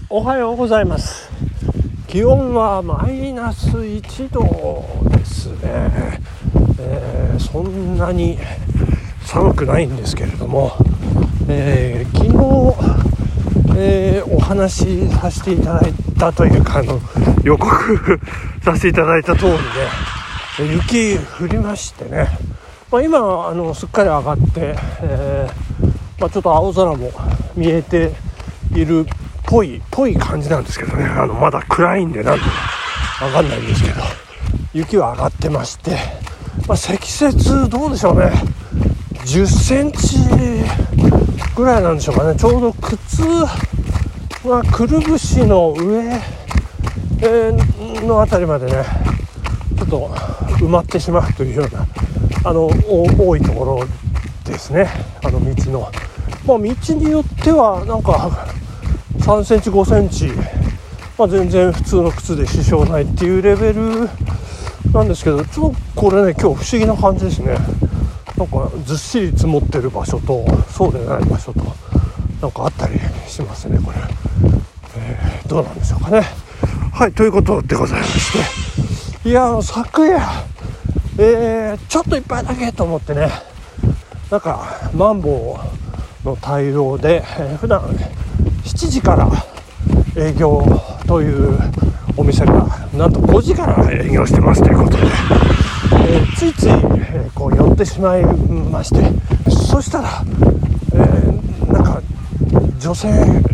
おはようございます。気温はマイナス1度ですね。そんなに寒くないんですけれども、昨日、お話しさせていただいたというか予告させていただいた通りで、雪降りましてね、今すっかり上がって、ちょっと青空も見えているぽい感じなんですけどね、まだ暗いんでなんとかわかんないんですけど、雪は上がってまして、積雪どうでしょうね、10センチぐらいなんでしょうかね。ちょうど靴はくるぶしの上、のあたりまでねちょっと埋まってしまうというような多いところですね。道の、道によってはなんか3センチ5センチ、全然普通の靴で支障ないっていうレベルなんですけど、ちょっとこれね今日不思議な感じですね。なんかずっしり積もってる場所とそうでない場所となんかあったりしますね、これ。どうなんでしょうかね。はい、ということでございまして、いや昨夜、ちょっと一杯だけと思ってね、なんかマンボウの大量で、普段7時から営業というお店がなんと5時から営業してますということで、ついつい、こう寄ってしまいまして、そしたら、なんか女性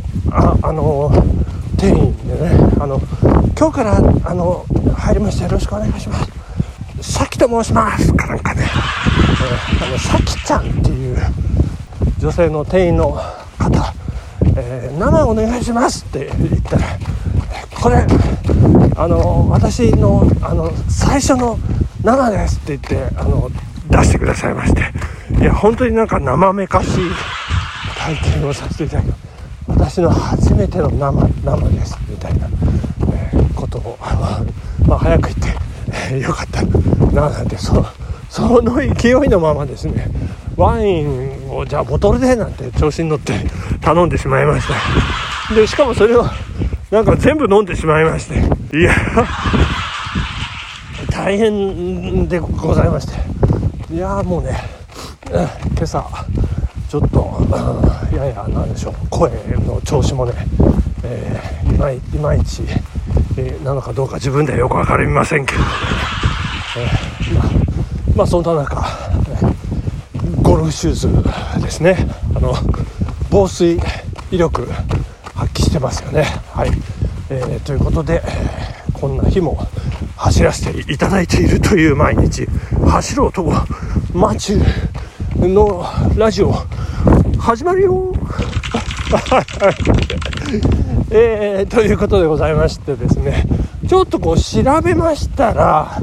店員でね、今日から入りましてよろしくお願いします、さきと申しますかなんかね、さきちゃんっていう女性の店員の方、生お願いしますって言ったら、これ私の最初の生ですって言って出してくださいまして、いや本当になんか生めかしい体験をさせていただきます。私の初めての生ですみたいな、ことを早く言って、よかったななんて、その勢いのままですね、ワインをじゃあボトルでなんて調子に乗って頼んでしまいました。でしかもそれをなんか全部飲んでしまいまして、いや大変でございまして、いやもうね、今朝ちょっと、ややなんでしょう、声の調子もね、いまいち、なのかどうか自分ではよく分かりませんけど、そんな中、ゴルフシューズですね、防水威力発揮してますよね。はい、ということで、こんな日も走らせていただいているという毎日、走ろうとマチューのラジオ始まるよということでございましてですね、ちょっと調べましたら、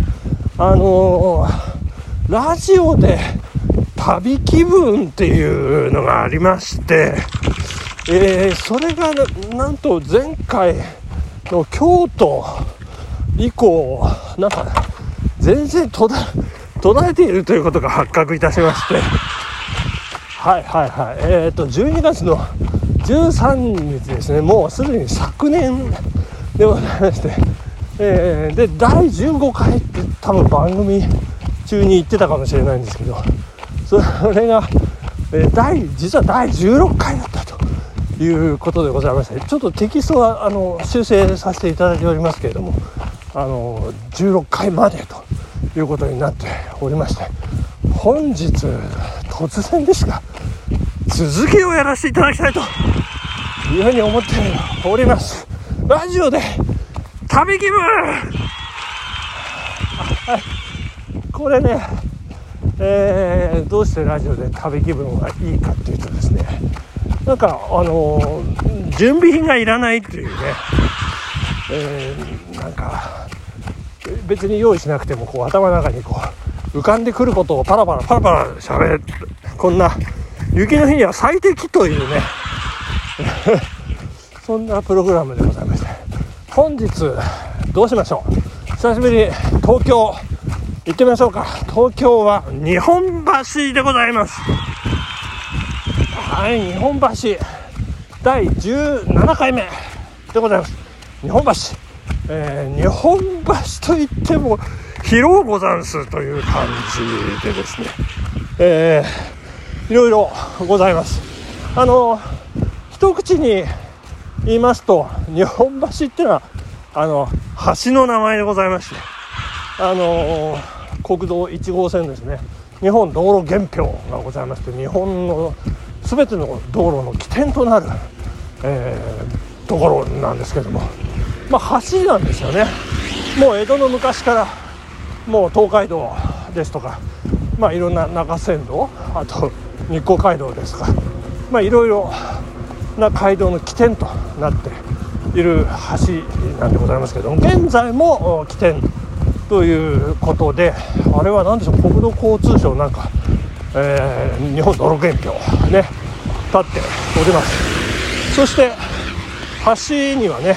ラジオで旅気分っていうのがありまして、それがなんと前回の京都以降なんか全然途絶えているということが発覚いたしまして、12月の13日ですね、もうすでに昨年でございまして、で第15回って多分番組中に言ってたかもしれないんですけど、それが、実は第16回だったということでございまして、ちょっとテキストは修正させていただいておりますけれども、16回までということになっておりまして、本日突然ですが続きをやらせていただきたいというふうに思っております。ラジオで旅気分、これね、どうしてラジオで旅気分がいいかっていうとですね、なんか準備品がいらないっていうね、なんか別に用意しなくても頭の中に浮かんでくることをパラパラ喋る、こんな雪の日には最適というねそんなプログラムでございまして、本日どうしましょう。久しぶり東京行ってみましょうか。東京は日本橋でございます。はい、日本橋第17回目でございます。日本橋、日本橋といっても広うござんすという感じでですね、いろいろございます。一口に言いますと、日本橋っていうのは橋の名前でございまして、国道1号線ですね、日本道路原標がございまして、日本のすべての道路の起点となる、ところなんですけども、橋なんですよね。もう江戸の昔からもう東海道ですとか、いろんな中山道、あと日光街道ですか、いろいろな街道の起点となっている橋なんでございますけども、現在も起点ということで、あれは何でしょう、国土交通省なんか、日本道路原標ね立っております。そして橋にはね、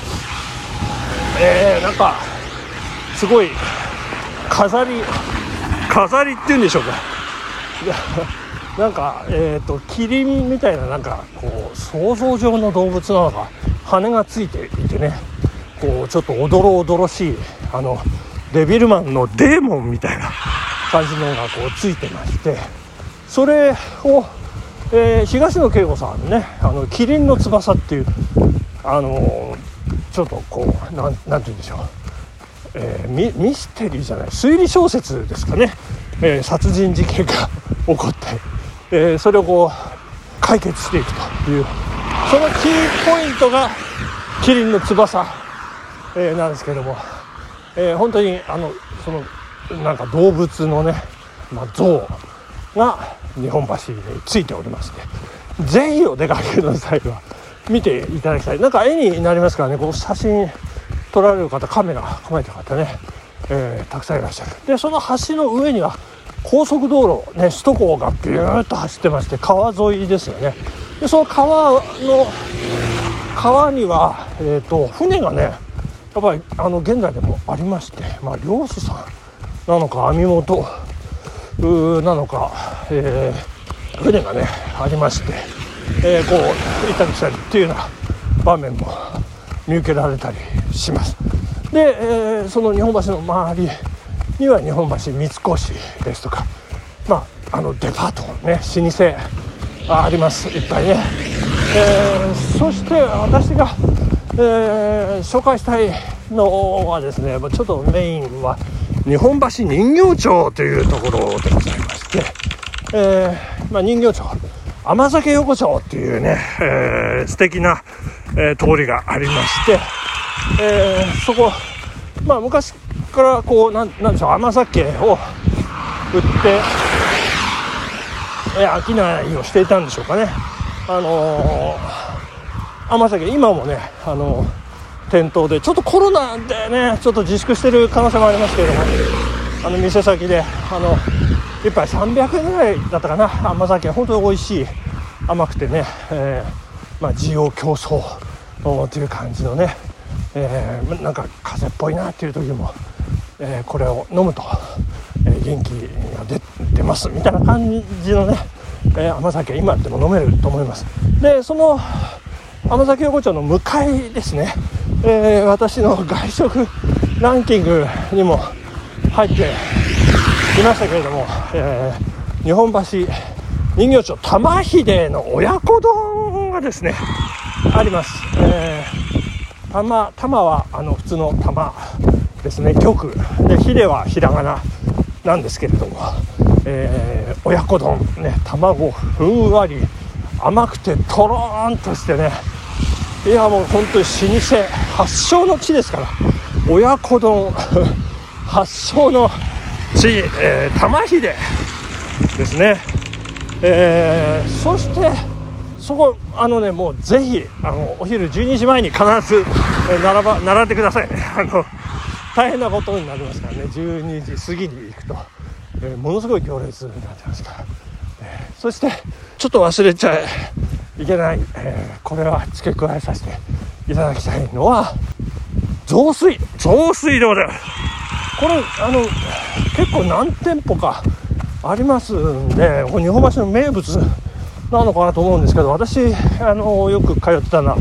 なんかすごい飾りっていうんでしょうかなんか、キリンみたいな、なんかこう想像上の動物なのか羽がついていてね、こうちょっとおどろおどろしいデビルマンのデーモンみたいな感じのがこうついてまして、それを、東野圭吾さんね、キリンの翼っていうちょっとこうなんて言うんでしょう、ミステリーじゃない推理小説ですかね、殺人事件が起こって、それをこう解決していくという、そのキーポイントがキリンの翼、なんですけども、本当にそのなんか動物のね、像が日本橋についておりまして、ぜひお出かけの際は見ていただきたい。なんか絵になりますからね、こう写真撮られる方、カメラ構えてる方ね、たくさんいらっしゃる。でその橋の上には高速道路ね、首都高がビューッと走ってまして、川沿いですよね。でその川には、船がねやっぱり現在でもありまして、漁師さんなのか網元なのか、船がねありまして、こう行ったり来たりっていうような場面も見受けられたりします。で、その日本橋の周りには日本橋三越ですとか、デパートね、老舗あります、いっぱいね。そして私が、紹介したいのはですね、ちょっとメインは日本橋人形町というところでございまして、人形町甘酒横丁っていうね、素敵な、通りがありまして、そこ、昔からこうなんでしょう、甘酒を売って商いをしていたんでしょうかね。甘酒今もね店頭でちょっとコロナでねちょっと自粛してる可能性もありますけれども、店先で1杯300円ぐらいだったかな、甘酒本当に美味しい、甘くてね、需要競争という感じのね、なんか風邪っぽいなっていう時も、これを飲むと、元気が出ますみたいな感じのね、甘酒今でも飲めると思います。でその甘酒横丁の向かいですね、私の外食ランキングにも入っていましたけれども、日本橋人形町玉秀の親子丼がですねあります。玉は普通の玉ですね、玉で、秀はひらがななんですけれども、親子丼ね、卵ふんわり甘くてとろーんとしてね、いやもう本当に老舗発祥の地ですから、親子丼発祥の地、玉秀ですね。そしてそこもうぜひお昼12時前に必ず、並んでくださいね。大変なことになりますからね、12時過ぎに行くと、ものすごい行列になってますから、そしてちょっと忘れちゃいけない、これは付け加えさせていただきたいのは雑炊でございます。これ結構何店舗かありますんで、これ日本橋の名物なのかなと思うんですけど、私よく通ってたのは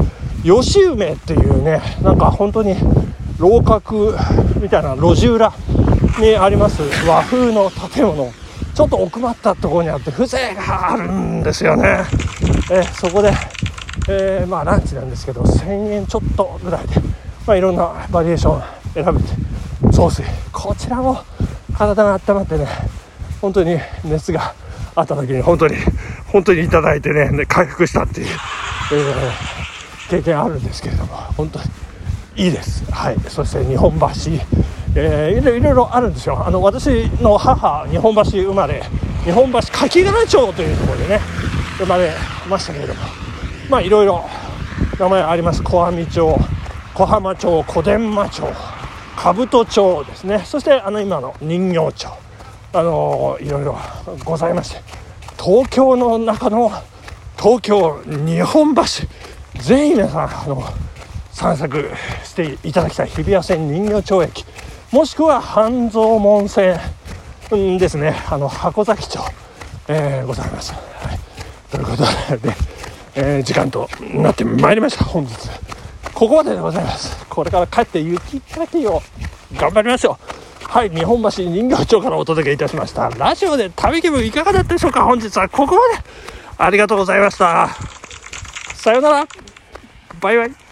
吉梅っていうね、なんか本当に楼閣みたいな路地裏にあります和風の建物、ちょっと奥まったところにあって風情があるんですよね。そこで、ランチなんですけど1000円ちょっとぐらいで、いろんなバリエーション選べて、雑炊、こちらも体が温まってね、本当に熱があった時に本当にいただいてね、回復したっていう、経験あるんですけれども、本当にいいです。はい。そして日本橋、いろいろあるんですよ。私の母、日本橋生まれ、日本橋柿柄町というところでね生まれましたけれども、いろいろ名前あります。小網町、小浜町、小伝馬町、兜町ですね。そして今の人形町、いろいろございまして、東京の中の東京日本橋、ぜひ皆さん散策していただきたい日比谷線人形町駅、もしくは半蔵門線ですね、箱崎町、ございます。はい、ということで、時間となってまいりました。本日ここまででございます。これから帰って雪かきを頑張りましょう。はい、日本橋人形町からお届けいたしました。ラジオで旅気分いかがだったでしょうか。本日はここまで。ありがとうございました。さようなら、バイバイ。